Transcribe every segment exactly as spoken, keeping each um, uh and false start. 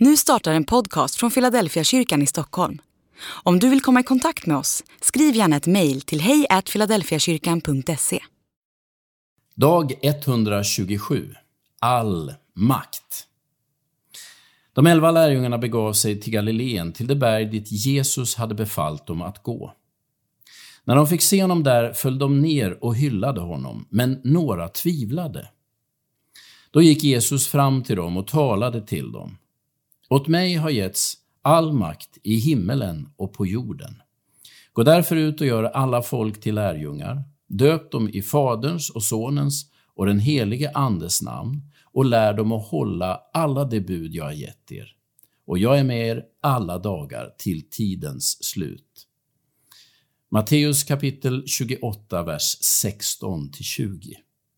Nu startar en podcast från Philadelphia kyrkan i Stockholm. Om du vill komma i kontakt med oss, skriv gärna ett mejl till hej at philadelphiakyrkan punkt se. Dag etthundratjugosju. All makt. De elva lärjungarna begav sig till Galileen, till det berg dit Jesus hade befallt dem att gå. När de fick se honom där föll de ner och hyllade honom, men några tvivlade. Då gick Jesus fram till dem och talade till dem. Åt mig har getts all makt i himmelen och på jorden. Gå därför ut och gör alla folk till lärjungar. Döp dem i Faderns och Sonens och den helige Andes namn och lär dem att hålla alla de bud jag har gett er. Och jag är med er alla dagar till tidens slut. Matteus kapitel tjugoåtta, vers sexton till tjugo.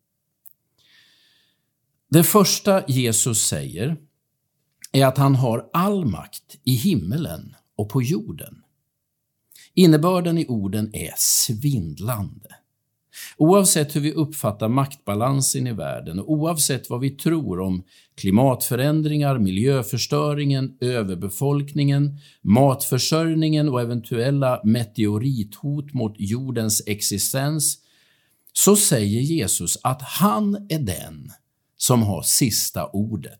Det första Jesus säger är att han har all makt i himmelen och på jorden. Innebörden i orden är svindlande. Oavsett hur vi uppfattar maktbalansen i världen och oavsett vad vi tror om klimatförändringar, miljöförstöringen, överbefolkningen, matförsörjningen och eventuella meteorithot mot jordens existens, så säger Jesus att han är den som har sista ordet.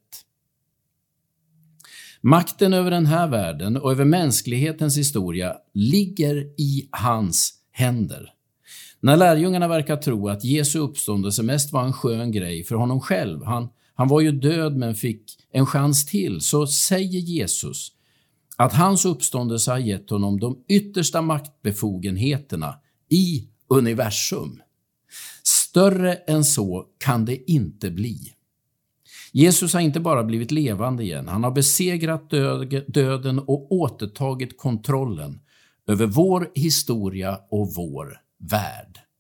Makten över den här världen och över mänsklighetens historia ligger i hans händer. När lärjungarna verkar tro att Jesu uppståndelse mest var en skön grej för honom själv, han, han var ju död men fick en chans till, så säger Jesus att hans uppståndelse har gett honom de yttersta maktbefogenheterna i universum. Större än så kan det inte bli. Jesus har inte bara blivit levande igen, han har besegrat döden och återtagit kontrollen över vår historia och vår värld.